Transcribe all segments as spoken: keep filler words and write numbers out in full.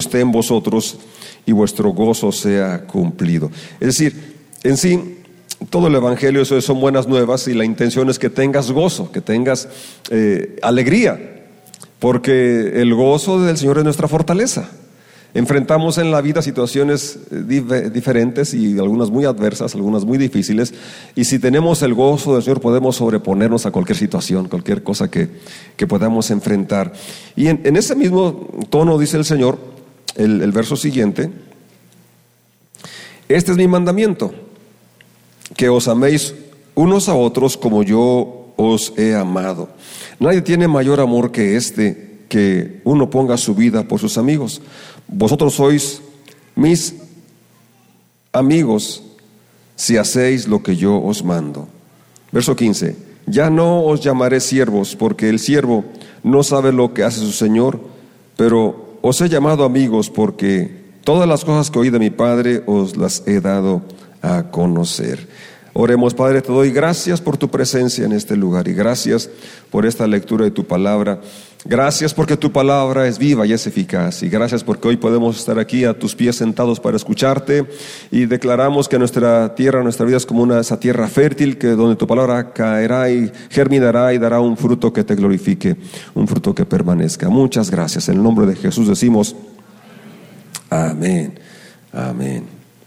esté en vosotros y vuestro gozo sea cumplido. Es decir, en sí, todo el Evangelio eso son buenas nuevas y la intención es que tengas gozo, que tengas eh, alegría, porque el gozo del Señor es nuestra fortaleza. Enfrentamos en la vida situaciones dif- diferentes y algunas muy adversas, algunas muy difíciles, y si tenemos el gozo del Señor podemos sobreponernos a cualquier situación, cualquier cosa que, que podamos enfrentar. Y en, en ese mismo tono dice el Señor, el, el verso siguiente: este es mi mandamiento, que os améis unos a otros como yo os he amado. Nadie tiene mayor amor que este, que uno ponga su vida por sus amigos. Vosotros sois mis amigos si hacéis lo que yo os mando. Verso quince: ya no os llamaré siervos, porque el siervo no sabe lo que hace su señor, pero os he llamado amigos, porque todas las cosas que oí de mi Padre os las he dado a conocer. Oremos. Padre, te doy gracias por tu presencia en este lugar y gracias por esta lectura de tu palabra. Gracias porque tu palabra es viva y es eficaz, y gracias porque hoy podemos estar aquí a tus pies sentados para escucharte, y declaramos que nuestra tierra, nuestra vida es como una, esa tierra fértil, que donde tu palabra caerá y germinará y dará un fruto que te glorifique, un fruto que permanezca. Muchas gracias. En el nombre de Jesús decimos amén, amén.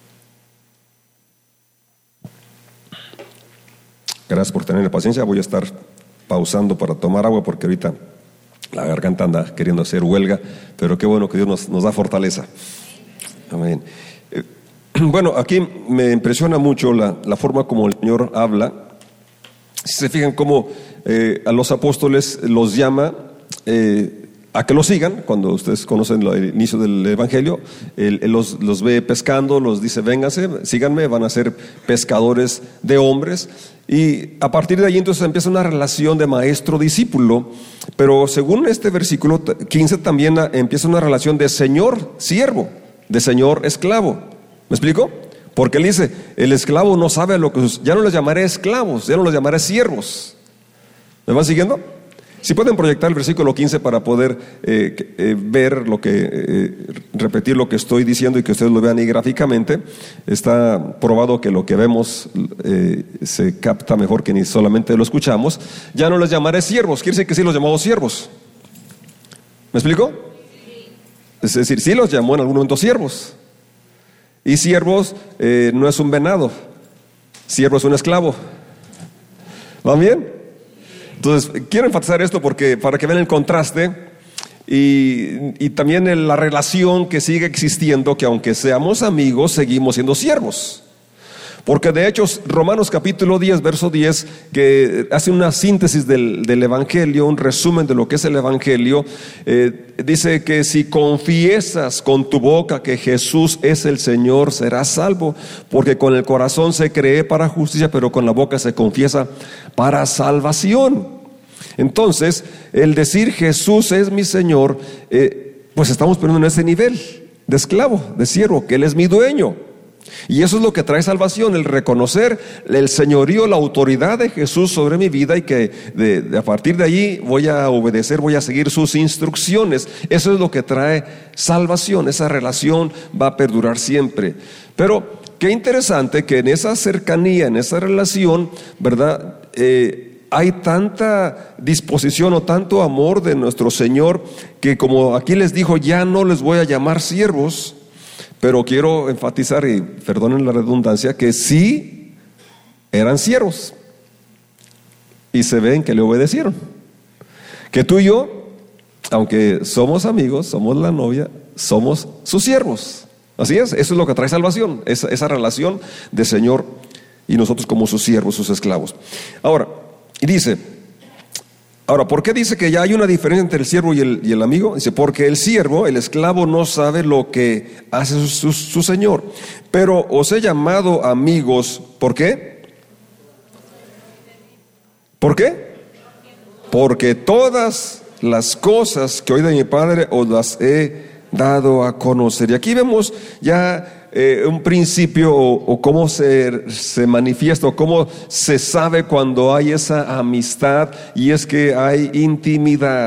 Gracias por tener paciencia. Voy a estar pausando para tomar agua porque ahorita la garganta anda queriendo hacer huelga, pero qué bueno que Dios nos, nos da fortaleza. Amén. Eh, bueno, aquí me impresiona mucho la, la forma como el Señor habla. Si se fijan cómo eh, a los apóstoles los llama eh, a que lo sigan. Cuando ustedes conocen el inicio del Evangelio, Él, él los, los ve pescando, los dice: vénganse, síganme, van a ser pescadores de hombres. Y a partir de ahí entonces empieza una relación de maestro-discípulo, pero según este versículo quince también empieza una relación de señor-siervo, de señor-esclavo. ¿Me explico? Porque él dice: el esclavo no sabe lo que... Ya no los llamaré esclavos, ya no los llamaré siervos. ¿Me van siguiendo? Si pueden proyectar el versículo quince para poder eh, eh, ver lo que, eh, repetir lo que estoy diciendo y que ustedes lo vean ahí gráficamente. Está probado que lo que vemos eh, se capta mejor que ni solamente lo escuchamos. Ya no les llamaré siervos, quiere decir que sí los llamamos siervos. ¿Me explico? Es decir, sí los llamó en algún momento siervos. Y siervos eh, no es un venado, siervo es un esclavo. ¿Van bien? Entonces, quiero enfatizar esto porque para que vean el contraste y, y también el, la relación que sigue existiendo, que aunque seamos amigos, seguimos siendo siervos. Porque de hecho, Romanos capítulo diez, verso diez, que hace una síntesis del, del Evangelio, un resumen de lo que es el Evangelio, eh, dice que si confiesas con tu boca que Jesús es el Señor, serás salvo, porque con el corazón se cree para justicia, pero con la boca se confiesa para salvación. Entonces, el decir Jesús es mi Señor, eh, pues estamos poniendo en ese nivel de esclavo, de siervo, que Él es mi dueño. Y eso es lo que trae salvación, el reconocer el señorío, la autoridad de Jesús sobre mi vida, y que de, de, a partir de allí voy a obedecer, voy a seguir sus instrucciones. Eso es lo que trae salvación, esa relación va a perdurar siempre. Pero qué interesante que en esa cercanía, en esa relación, ¿verdad? Eh, hay tanta disposición o tanto amor de nuestro Señor, que como aquí les dijo, ya no les voy a llamar siervos. Pero quiero enfatizar, y perdonen la redundancia, que sí eran siervos y se ven que le obedecieron. Que tú y yo, aunque somos amigos, somos la novia, somos sus siervos. Así es, eso es lo que trae salvación, esa, esa relación de Señor y nosotros como sus siervos, sus esclavos. Ahora, y dice... Ahora, ¿por qué dice que ya hay una diferencia entre el siervo y el, y el amigo? Dice, porque el siervo, el esclavo, no sabe lo que hace su, su, su señor. Pero os he llamado amigos, ¿por qué? ¿Por qué? Porque todas las cosas que oí de mi Padre os las he dado a conocer. Y aquí vemos ya eh, un principio o, o cómo se, se manifiesta o cómo se sabe cuando hay esa amistad, y es que hay intimidad.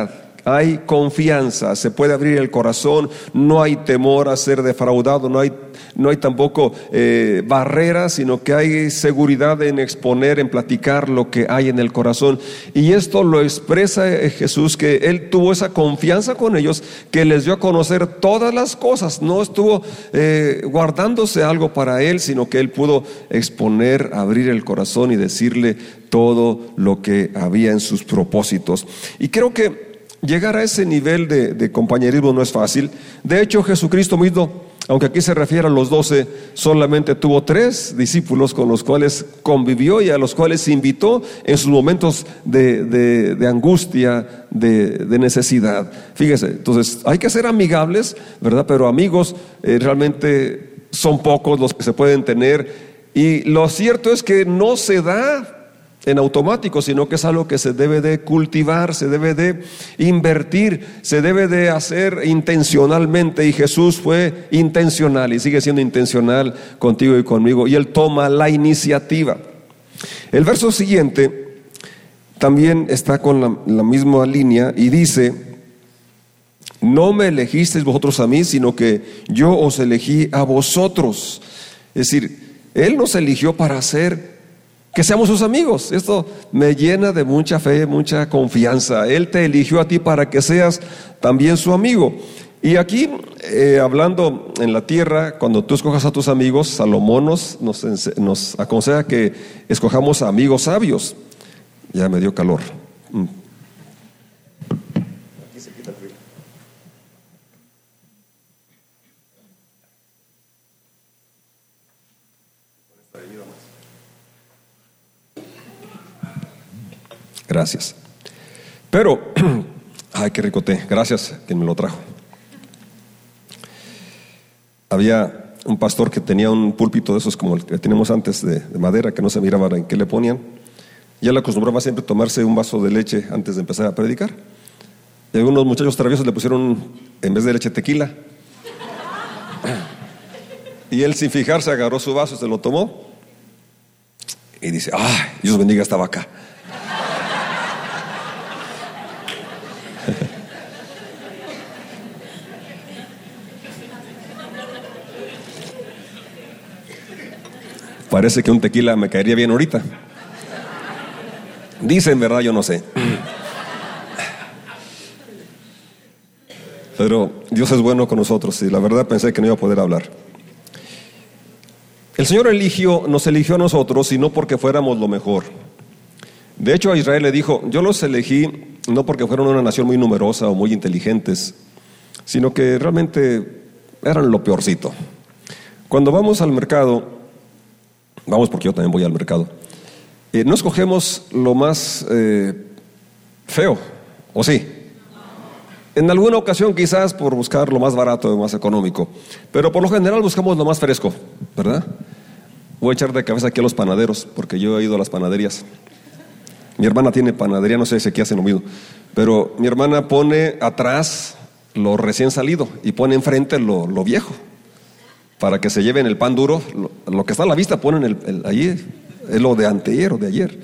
hay confianza, se puede abrir el corazón, no hay temor a ser defraudado, no hay, no hay tampoco eh, barreras, sino que hay seguridad en exponer, en platicar lo que hay en el corazón. Y esto lo expresa Jesús, que Él tuvo esa confianza con ellos, que les dio a conocer todas las cosas, no estuvo eh, guardándose algo para Él, sino que Él pudo exponer, abrir el corazón y decirle todo lo que había en sus propósitos. Y creo que llegar a ese nivel de, de compañerismo no es fácil. De hecho, Jesucristo mismo, aunque aquí se refiere a los doce, solamente tuvo tres discípulos con los cuales convivió y a los cuales invitó en sus momentos de, de, de angustia, de, de necesidad. Fíjese, entonces hay que ser amigables, ¿verdad? Pero amigos eh, realmente son pocos los que se pueden tener. Y lo cierto es que no se da en automático, sino que es algo que se debe de cultivar, se debe de invertir, se debe de hacer intencionalmente. Y Jesús fue intencional y sigue siendo intencional contigo y conmigo, y Él toma la iniciativa. El verso siguiente también está con la, la misma línea y dice: no me elegisteis vosotros a mí, sino que yo os elegí a vosotros. Es decir, Él nos eligió para hacer que seamos sus amigos. Esto me llena de mucha fe, mucha confianza. Él te eligió a ti para que seas también su amigo. Y aquí, eh, hablando en la tierra, cuando tú escojas a tus amigos, Salomón nos, nos, nos aconseja que escojamos a amigos sabios. Ya me dio calor. Mm. Aquí se quita el frío. Gracias. Pero, ay, qué rico té. Gracias quien me lo trajo. Había un pastor que tenía un púlpito de esos como el que teníamos antes, de, de madera, que no se miraba en qué le ponían. Y él acostumbraba siempre tomarse un vaso de leche antes de empezar a predicar. Y algunos muchachos traviesos le pusieron, en vez de leche, tequila. Y él, sin fijarse, agarró su vaso, se lo tomó y dice: ¡ay, Dios bendiga esta vaca! Parece que un tequila me caería bien ahorita. Dicen, ¿verdad? Yo no sé. Pero Dios es bueno con nosotros y la verdad pensé que no iba a poder hablar. El Señor eligió, nos eligió a nosotros y no porque fuéramos lo mejor. De hecho, a Israel le dijo: yo los elegí no porque fueron una nación muy numerosa o muy inteligentes, sino que realmente eran lo peorcito. Cuando vamos al mercado, vamos porque yo también voy al mercado, eh, no escogemos lo más eh, feo, ¿o sí? En alguna ocasión quizás por buscar lo más barato, lo más económico, pero por lo general buscamos lo más fresco, ¿verdad? Voy a echar de cabeza aquí a los panaderos, porque yo he ido a las panaderías. Mi hermana tiene panadería, no sé si aquí hacen lo mismo, pero mi hermana pone atrás lo recién salido y pone enfrente lo, lo viejo, para que se lleven el pan duro. Lo, lo que está a la vista ponen el, el, allí, es lo de anteayer o de ayer.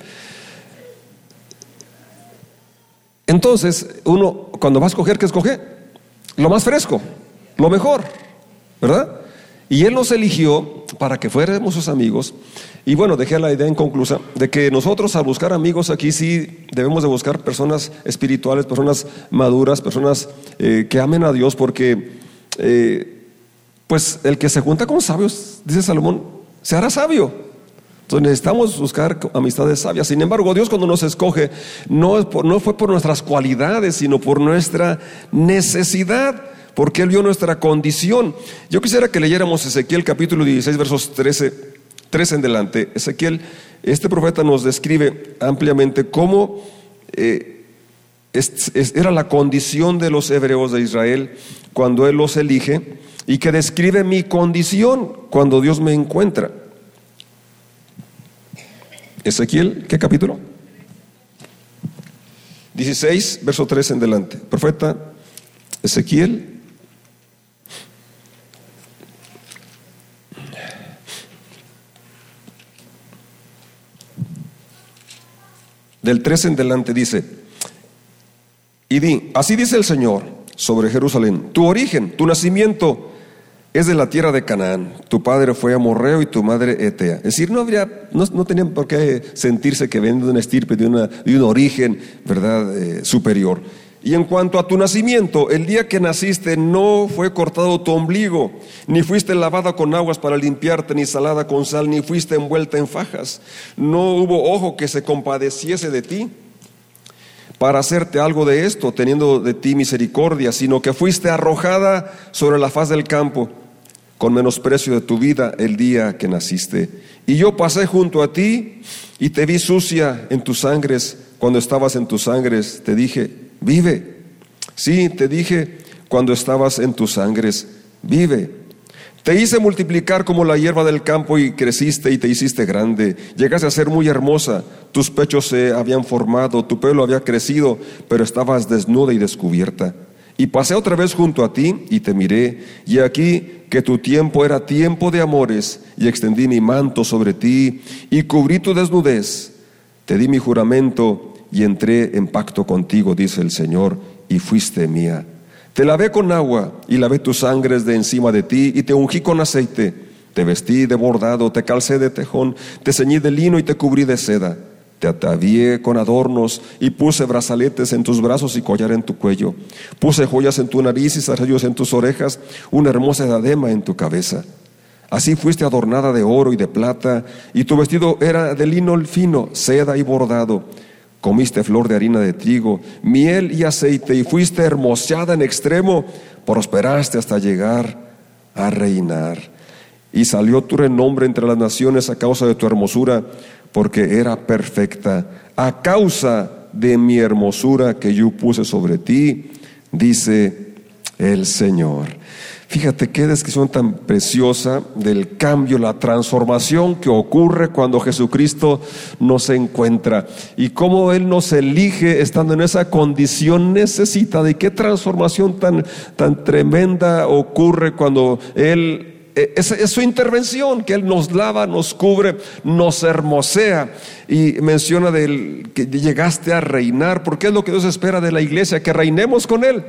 Entonces, uno cuando va a escoger, ¿qué escoge? Lo más fresco, lo mejor, ¿verdad? Y Él nos eligió para que fuéramos sus amigos. Y bueno, dejé la idea inconclusa de que nosotros, al buscar amigos aquí, sí debemos de buscar personas espirituales, personas maduras, personas eh, que amen a Dios, porque eh, pues el que se junta con sabios, dice Salomón, se hará sabio. Entonces necesitamos buscar amistades sabias. Sin embargo, Dios, cuando nos escoge, no, es por, no fue por nuestras cualidades, sino por nuestra necesidad, porque Él vio nuestra condición. Yo quisiera que leyéramos Ezequiel capítulo dieciséis, versos trece, trece en delante. Ezequiel, este profeta nos describe ampliamente cómo eh, es, es, era la condición de los hebreos de Israel cuando Él los elige, y que describe mi condición cuando Dios me encuentra. Ezequiel, ¿qué capítulo? dieciséis, verso tres en delante. Profeta Ezequiel. Del tres en delante dice: y di, así dice el Señor sobre Jerusalén, tu origen, tu nacimiento es de la tierra de Canaán, tu padre fue amorreo y tu madre etea. Es decir, no habría, no, no tenían por qué sentirse que vienen de una estirpe, de, una, de un origen, ¿verdad?, eh, superior. Y en cuanto a tu nacimiento, el día que naciste no fue cortado tu ombligo, ni fuiste lavada con aguas para limpiarte, ni salada con sal, ni fuiste envuelta en fajas. No hubo ojo que se compadeciese de ti para hacerte algo de esto, teniendo de ti misericordia, sino que fuiste arrojada sobre la faz del campo, con menosprecio de tu vida el día que naciste. Y yo pasé junto a ti y te vi sucia en tus sangres. Cuando estabas en tus sangres te dije, vive. Sí, te dije, cuando estabas en tus sangres, vive. Te hice multiplicar como la hierba del campo y creciste y te hiciste grande. Llegaste a ser muy hermosa. Tus pechos se habían formado, tu pelo había crecido, pero estabas desnuda y descubierta. Y pasé otra vez junto a ti y te miré, y aquí que tu tiempo era tiempo de amores, y extendí mi manto sobre ti y cubrí tu desnudez. Te di mi juramento y entré en pacto contigo, dice el Señor, y fuiste mía. Te lavé con agua y lavé tus sangres de encima de ti y te ungí con aceite. Te vestí de bordado, te calcé de tejón, te ceñí de lino y te cubrí de seda. Te atavié con adornos y puse brazaletes en tus brazos y collar en tu cuello. Puse joyas en tu nariz y zarcillos en tus orejas, una hermosa diadema en tu cabeza. Así fuiste adornada de oro y de plata, y tu vestido era de lino fino, seda y bordado. Comiste flor de harina de trigo, miel y aceite, y fuiste hermoseada en extremo, prosperaste hasta llegar a reinar. Y salió tu renombre entre las naciones a causa de tu hermosura, porque era perfecta, a causa de mi hermosura que yo puse sobre ti, dice el Señor. Fíjate qué descripción tan preciosa del cambio, la transformación que ocurre cuando Jesucristo nos encuentra y cómo Él nos elige estando en esa condición necesitada, y qué transformación tan, tan tremenda ocurre cuando Él, es, es su intervención, que Él nos lava, nos cubre, nos hermosea. Y menciona del, que llegaste a reinar, porque es lo que Dios espera de la iglesia, que reinemos con Él.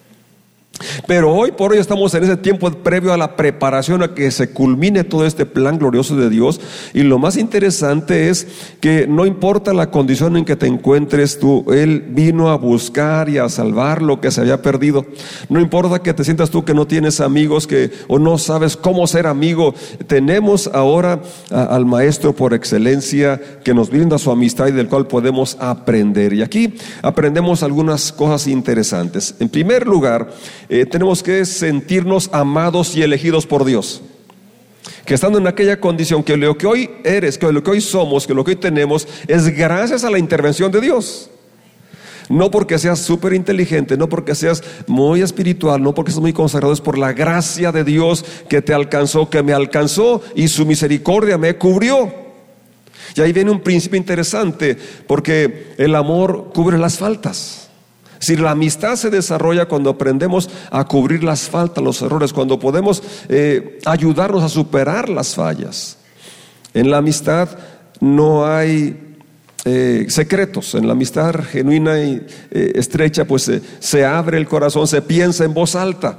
Pero hoy por hoy estamos en ese tiempo previo a la preparación a que se culmine todo este plan glorioso de Dios. Y lo más interesante es que no importa la condición en que te encuentres tú, Él vino a buscar y a salvar lo que se había perdido. No importa que te sientas tú que no tienes amigos, que o no sabes cómo ser amigo. Tenemos ahora a, al Maestro por excelencia, que nos brinda su amistad y del cual podemos aprender. Y aquí aprendemos algunas cosas interesantes. En primer lugar, Eh, tenemos que sentirnos amados y elegidos por Dios, que estando en aquella condición, que lo que hoy eres, que lo que hoy somos, que lo que hoy tenemos es gracias a la intervención de Dios. No porque seas súper inteligente, no porque seas muy espiritual, no porque seas muy consagrado, es por la gracia de Dios que te alcanzó, que me alcanzó, y su misericordia me cubrió. Y ahí viene un principio interesante, porque el amor cubre las faltas. Si la amistad se desarrolla cuando aprendemos a cubrir las faltas, los errores, cuando podemos eh, ayudarnos a superar las fallas. En la amistad no hay eh, secretos. En la amistad genuina y eh, estrecha, pues eh, se abre el corazón, se piensa en voz alta.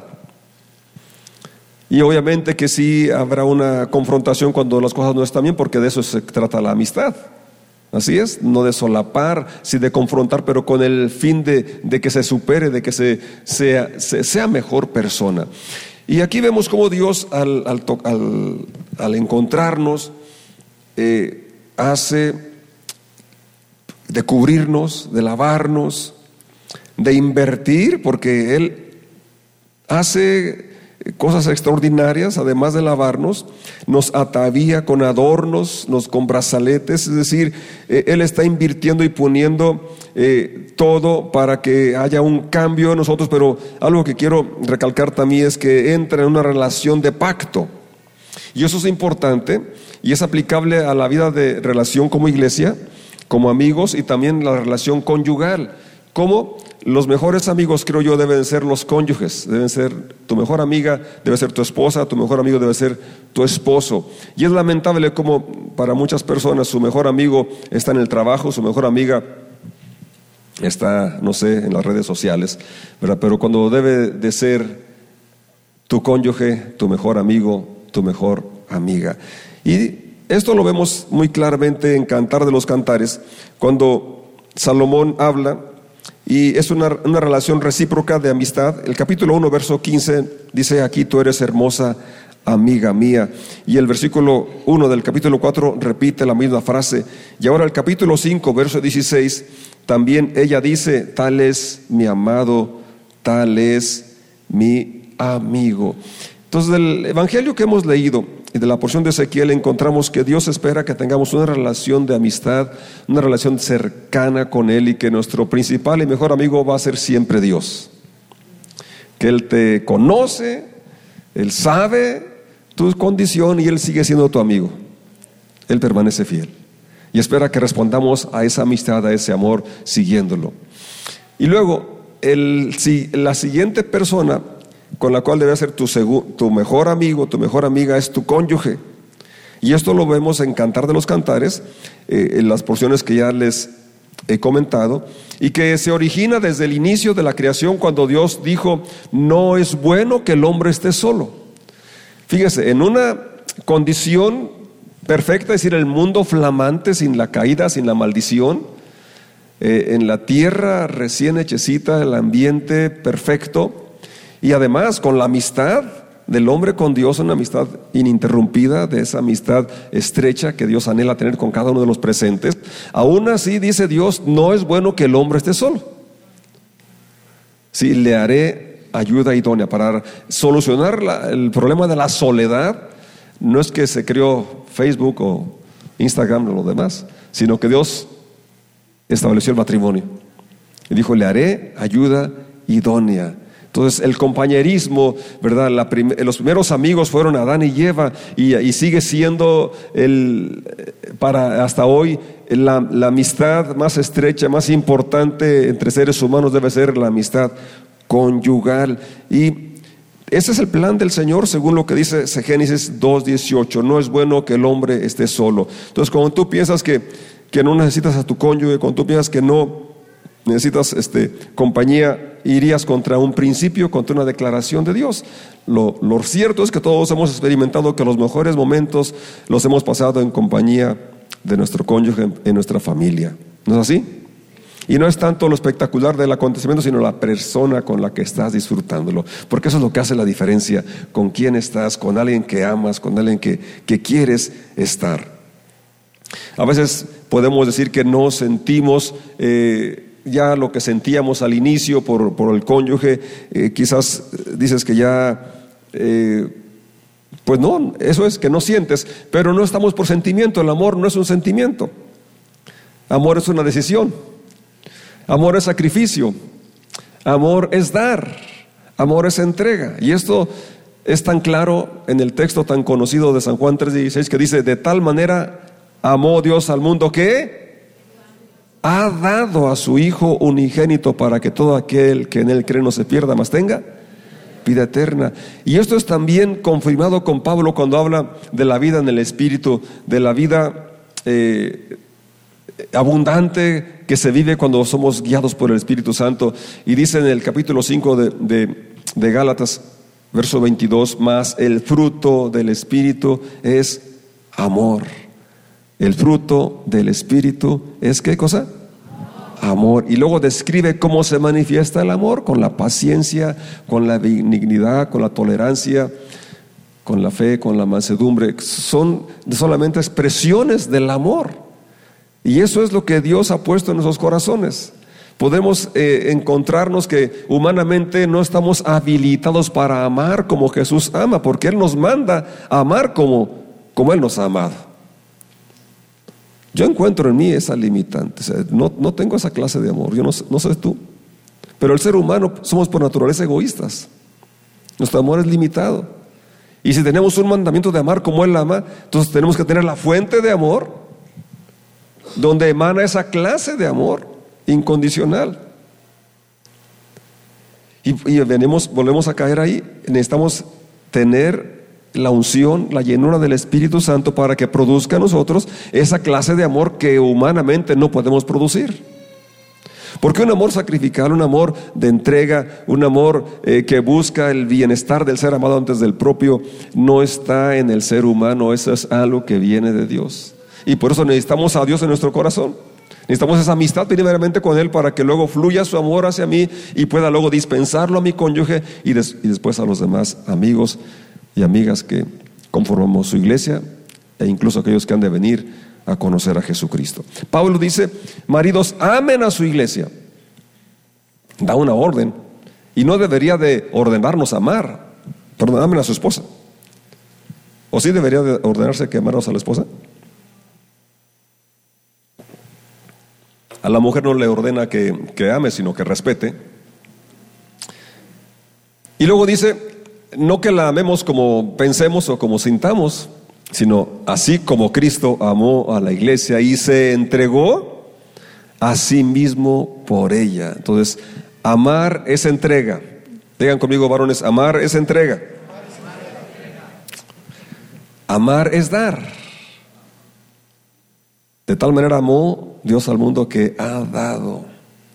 Y obviamente que sí habrá una confrontación cuando las cosas no están bien, porque de eso se trata la amistad. Así es, no de solapar, sí de confrontar, pero con el fin de, de que se supere, de que se, sea, se, sea mejor persona. Y aquí vemos cómo Dios al, al, al, al encontrarnos eh, hace de cubrirnos, de lavarnos, de invertir, porque Él hace cosas extraordinarias. Además de lavarnos, nos atavía con adornos, nos con brazaletes, es decir, eh, Él está invirtiendo y poniendo eh, todo para que haya un cambio en nosotros. Pero algo que quiero recalcar también es que entra en una relación de pacto, y eso es importante y es aplicable a la vida de relación como iglesia, como amigos, y también la relación conyugal. ¿Cómo? Los mejores amigos, creo yo, deben ser los cónyuges. Deben ser tu mejor amiga, debe ser tu esposa, tu mejor amigo debe ser tu esposo. Y es lamentable cómo para muchas personas su mejor amigo está en el trabajo, su mejor amiga está, no sé, en las redes sociales, ¿verdad? Pero cuando debe de ser tu cónyuge, tu mejor amigo, tu mejor amiga. Y esto lo vemos muy claramente en Cantar de los Cantares, cuando Salomón habla, y es una, una relación recíproca de amistad. El capítulo uno, verso quince, dice: aquí tú eres hermosa amiga mía. Y el versículo uno del capítulo cuatro repite la misma frase. Y ahora el capítulo cinco, verso dieciséis, también ella dice: tal es mi amado, tal es mi amigo. Entonces, del evangelio que hemos leído y de la porción de Ezequiel encontramos que Dios espera que tengamos una relación de amistad, una relación cercana con Él, y que nuestro principal y mejor amigo va a ser siempre Dios. Que Él te conoce, Él sabe tu condición y Él sigue siendo tu amigo. Él permanece fiel y espera que respondamos a esa amistad, a ese amor, siguiéndolo. Y luego, el, si, la siguiente persona con la cual debe ser tu, tu mejor amigo, tu mejor amiga, es tu cónyuge. Y esto lo vemos en Cantar de los Cantares, eh, en las porciones que ya les he comentado, y que se origina desde el inicio de la creación, cuando Dios dijo: no es bueno que el hombre esté solo. Fíjese, en una condición perfecta, es decir, el mundo flamante, sin la caída, sin la maldición, eh, en la tierra recién hechecita, el ambiente perfecto, y además con la amistad del hombre con Dios, una amistad ininterrumpida, de esa amistad estrecha que Dios anhela tener con cada uno de los presentes. Aún así, dice Dios, no es bueno que el hombre esté solo. Sí, le haré ayuda idónea para solucionar la, el problema de la soledad. No es que se creó Facebook o Instagram o lo demás, sino que Dios estableció el matrimonio y dijo: le haré ayuda idónea. Entonces el compañerismo, ¿verdad? La prim- los primeros amigos fueron Adán y Eva, y, y sigue siendo el, para hasta hoy la, la amistad más estrecha, más importante entre seres humanos debe ser la amistad conyugal. Y ese es el plan del Señor, según lo que dice Génesis dos dieciocho. No es bueno que el hombre esté solo. Entonces, cuando tú piensas que, que no necesitas a tu cónyuge, cuando tú piensas que no necesitas este, compañía, irías contra un principio, contra una declaración de Dios. Lo, lo cierto es que todos hemos experimentado que los mejores momentos los hemos pasado en compañía de nuestro cónyuge, en, en nuestra familia. ¿No es así? Y no es tanto lo espectacular del acontecimiento, sino la persona con la que estás disfrutándolo, porque eso es lo que hace la diferencia: con quién estás, con alguien que amas, con alguien que, que quieres estar. A veces podemos decir que no sentimos eh, ya lo que sentíamos al inicio por, por el cónyuge. Eh, quizás dices que ya, eh, pues no, eso es que no sientes, pero no estamos por sentimiento. El amor no es un sentimiento. Amor es una decisión. Amor es sacrificio. Amor es dar. Amor es entrega. Y esto es tan claro en el texto tan conocido de San Juan tres dieciséis, que dice: de tal manera amó Dios al mundo que ha dado a su Hijo unigénito, para que todo aquel que en Él cree no se pierda, mas tenga vida eterna. Y esto es también confirmado con Pablo cuando habla de la vida en el Espíritu, de la vida eh, abundante que se vive cuando somos guiados por el Espíritu Santo. Y dice en el capítulo cinco de, de, de Gálatas, verso veintidós: mas el fruto del Espíritu es amor. El fruto del Espíritu es ¿qué cosa? Amor. Y luego describe cómo se manifiesta el amor: con la paciencia, con la benignidad, con la tolerancia, con la fe, con la mansedumbre. Son solamente expresiones del amor. Y eso es lo que Dios ha puesto en nuestros corazones. Podemos eh, encontrarnos que humanamente no estamos habilitados para amar como Jesús ama, porque Él nos manda a amar como, como Él nos ha amado. Yo encuentro en mí esa limitante, o sea, no, no tengo esa clase de amor. Yo no, no sé tú, pero el ser humano somos por naturaleza egoístas. Nuestro amor es limitado, y si tenemos un mandamiento de amar como Él ama, entonces tenemos que tener la fuente de amor donde emana esa clase de amor incondicional. Y, y venimos, volvemos a caer ahí. Necesitamos tener la unción, la llenura del Espíritu Santo para que produzca en nosotros esa clase de amor que humanamente no podemos producir. Porque un amor sacrificial, un amor de entrega, un amor eh, que busca el bienestar del ser amado antes del propio, no está en el ser humano. Eso es algo que viene de Dios. Y por eso necesitamos a Dios en nuestro corazón. Necesitamos esa amistad primeramente con Él para que luego fluya su amor hacia mí y pueda luego dispensarlo a mi cónyuge y, des- y después a los demás amigos y amigas que conformamos su iglesia e incluso aquellos que han de venir a conocer a Jesucristo. Pablo dice: maridos, amen a su iglesia. Da una orden y no debería de ordenarnos amar. Perdón, amen a su esposa. ¿O sí debería de ordenarse que amáramos a la esposa? A la mujer no le ordena que, que ame, sino que respete. Y luego dice, no que la amemos como pensemos o como sintamos, sino así como Cristo amó a la iglesia y se entregó a sí mismo por ella. Entonces, amar es entrega. Digan conmigo, varones, amar es entrega. Amar es dar. De tal manera amó Dios al mundo que ha dado.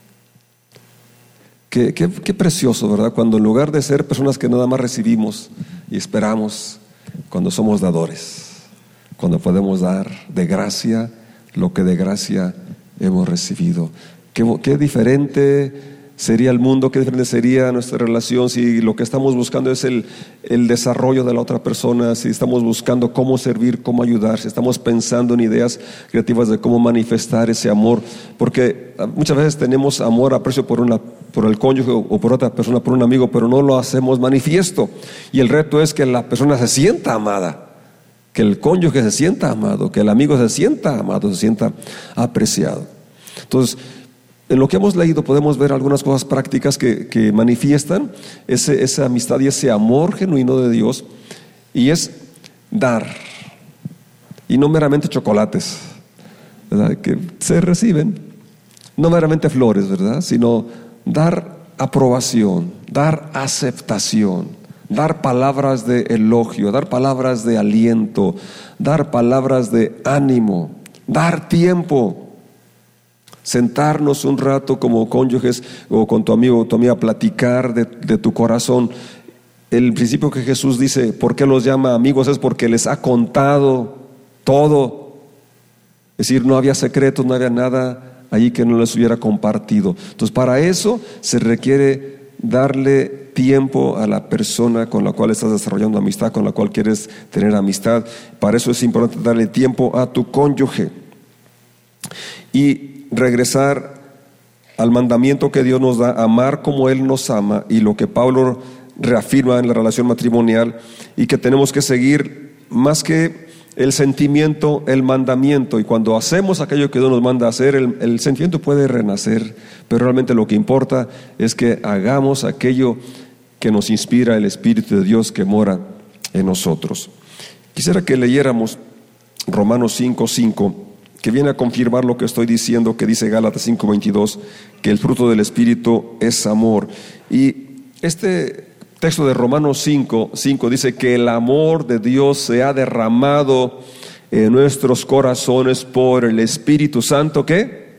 Qué, qué, qué precioso, ¿verdad? Cuando en lugar de ser personas que nada más recibimos y esperamos, cuando somos dadores, cuando podemos dar de gracia lo que de gracia hemos recibido. Qué, qué diferente sería el mundo, qué diferente sería nuestra relación si lo que estamos buscando es el, el desarrollo de la otra persona, si estamos buscando cómo servir, cómo ayudar, si estamos pensando en ideas creativas de cómo manifestar ese amor, porque muchas veces tenemos amor, aprecio por una, por el cónyuge o por otra persona, por un amigo, pero no lo hacemos manifiesto. Y el reto es que la persona se sienta amada, que el cónyuge se sienta amado, que el amigo se sienta amado, se sienta apreciado. Entonces, en lo que hemos leído podemos ver algunas cosas prácticas que, que manifiestan ese, esa amistad y ese amor genuino de Dios, y es dar, y no meramente chocolates, ¿verdad?, que se reciben, no meramente flores, ¿verdad?, sino dar aprobación, dar aceptación, dar palabras de elogio, dar palabras de aliento, dar palabras de ánimo, dar tiempo. Sentarnos un rato como cónyuges o con tu amigo o tu amiga, platicar de, de tu corazón. El principio que Jesús dice, ¿por qué los llama amigos? Es porque les ha contado todo. Es decir, no había secretos, no había nada allí que no les hubiera compartido. Entonces, para eso se requiere darle tiempo a la persona con la cual estás desarrollando amistad, con la cual quieres tener amistad. Para eso es importante darle tiempo a tu cónyuge. Y regresar al mandamiento que Dios nos da, amar como Él nos ama, y lo que Pablo reafirma en la relación matrimonial, y que tenemos que seguir más que el sentimiento, el mandamiento. Y cuando hacemos aquello que Dios nos manda hacer, el, el sentimiento puede renacer, pero realmente lo que importa es que hagamos aquello que nos inspira el Espíritu de Dios que mora en nosotros. Quisiera que leyéramos Romanos cinco cinco, que viene a confirmar lo que estoy diciendo, que dice Gálatas cinco veintidós, que el fruto del Espíritu es amor. Y este texto de Romanos cinco cinco dice que el amor de Dios se ha derramado en nuestros corazones por el Espíritu Santo que,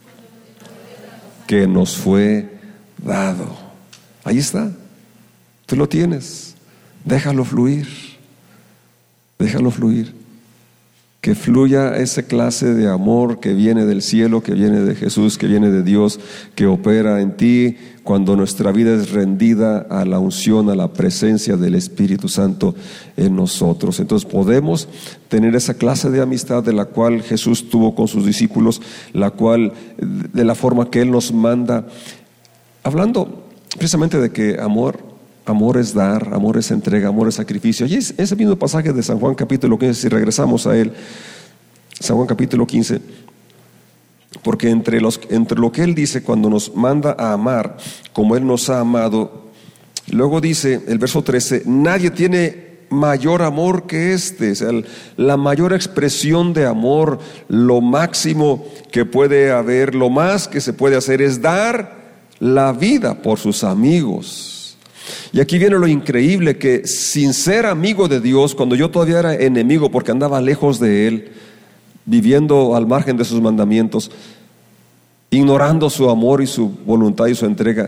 que nos fue dado. Ahí está, tú lo tienes, déjalo fluir, déjalo fluir. Que fluya esa clase de amor que viene del cielo, que viene de Jesús, que viene de Dios, que opera en ti cuando nuestra vida es rendida a la unción, a la presencia del Espíritu Santo en nosotros. Entonces podemos tener esa clase de amistad de la cual Jesús tuvo con sus discípulos, la cual, de la forma que Él nos manda, hablando precisamente de que amor Amor es dar, amor es entrega, amor es sacrificio. Y es ese mismo pasaje de San Juan capítulo quince, si regresamos a él, San Juan capítulo quince, porque entre, los, entre lo que él dice cuando nos manda a amar como él nos ha amado, luego dice el verso trece, nadie tiene mayor amor que este. O sea, la mayor expresión de amor, lo máximo que puede haber, lo más que se puede hacer es dar la vida por sus amigos. Y aquí viene lo increíble, que sin ser amigo de Dios, cuando yo todavía era enemigo porque andaba lejos de Él, viviendo al margen de sus mandamientos, ignorando su amor y su voluntad y su entrega.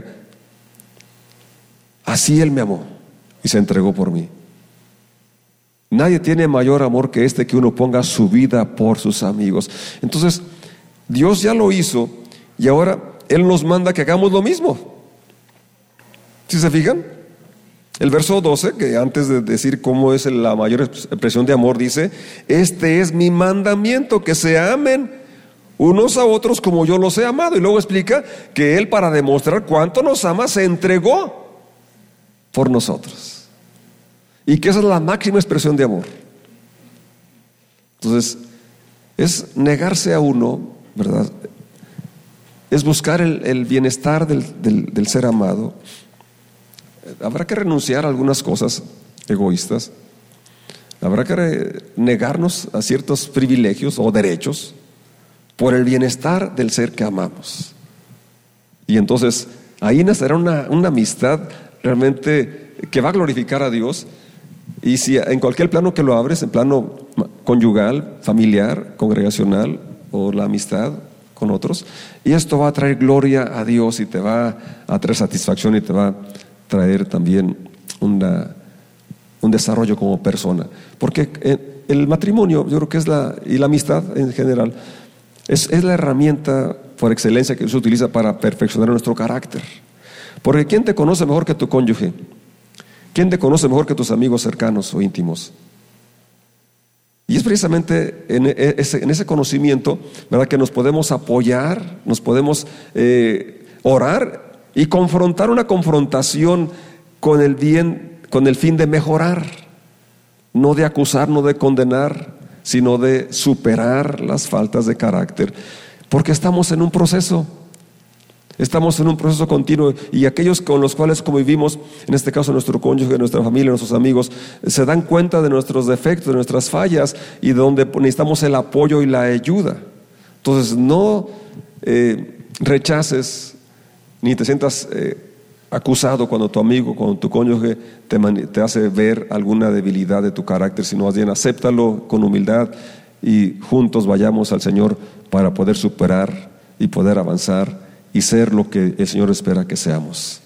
Así Él me amó y se entregó por mí. Nadie tiene mayor amor que este, que uno ponga su vida por sus amigos. Entonces, Dios ya lo hizo y ahora Él nos manda que hagamos lo mismo. ¿Sí se fijan? El verso doce, que antes de decir cómo es la mayor expresión de amor, dice: este es mi mandamiento, que se amen unos a otros como yo los he amado. Y luego explica que Él, para demostrar cuánto nos ama, se entregó por nosotros, y que esa es la máxima expresión de amor. Entonces, es negarse a uno, ¿verdad? Es buscar el, el bienestar del, del, del ser amado. Habrá que renunciar a algunas cosas egoístas. Habrá que negarnos a ciertos privilegios o derechos por el bienestar del ser que amamos. Y entonces ahí nacerá una, una amistad realmente que va a glorificar a Dios. Y si en cualquier plano que lo abres, en plano conyugal, familiar, congregacional, o la amistad con otros, y esto va a traer gloria a Dios y te va a traer satisfacción y te va a traer también una, un desarrollo como persona. Porque el matrimonio, yo creo que es la, y la amistad en general, es, es la herramienta por excelencia que se utiliza para perfeccionar nuestro carácter. Porque ¿quién te conoce mejor que tu cónyuge? ¿Quién te conoce mejor que tus amigos cercanos o íntimos? Y es precisamente en ese, en ese conocimiento, ¿verdad?, que nos podemos apoyar, nos podemos eh, orar y confrontar una confrontación con el bien, con el fin de mejorar, no de acusar, no de condenar, sino de superar las faltas de carácter, porque estamos en un proceso. Estamos en un proceso continuo, y aquellos con los cuales convivimos, en este caso nuestro cónyuge, nuestra familia, nuestros amigos, se dan cuenta de nuestros defectos, de nuestras fallas, y donde necesitamos el apoyo y la ayuda. Entonces no eh, rechaces ni te sientas eh, acusado cuando tu amigo, cuando tu cónyuge te, te hace ver alguna debilidad de tu carácter, sino más bien acéptalo con humildad y juntos vayamos al Señor para poder superar y poder avanzar y ser lo que el Señor espera que seamos.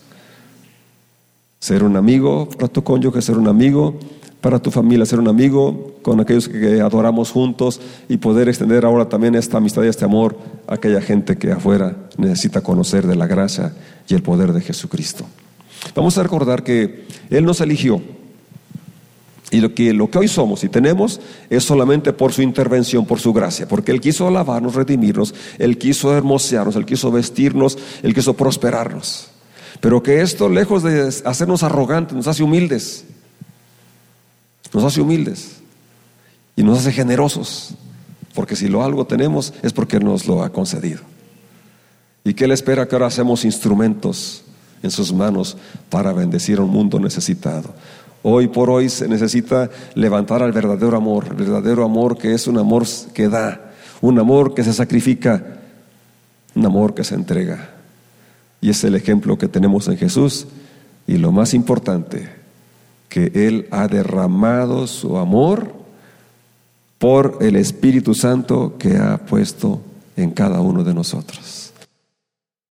Ser un amigo para tu cónyuge, ser un amigo para tu familia, ser un amigo con aquellos que adoramos juntos, y poder extender ahora también esta amistad y este amor a aquella gente que afuera necesita conocer de la gracia y el poder de Jesucristo. Vamos a recordar que Él nos eligió, y lo que, lo que hoy somos y tenemos es solamente por su intervención, por su gracia, porque Él quiso lavarnos, redimirnos, Él quiso hermosearnos, Él quiso vestirnos, Él quiso prosperarnos. Pero que esto, lejos de hacernos arrogantes, nos hace humildes, nos hace humildes y nos hace generosos, porque si lo algo tenemos es porque Él nos lo ha concedido. Y que Él espera que ahora seamos instrumentos en sus manos para bendecir a un mundo necesitado. Hoy por hoy se necesita levantar al verdadero amor, el verdadero amor que es un amor que da, un amor que se sacrifica, un amor que se entrega. Y es el ejemplo que tenemos en Jesús, y lo más importante, que Él ha derramado su amor por el Espíritu Santo que ha puesto en cada uno de nosotros.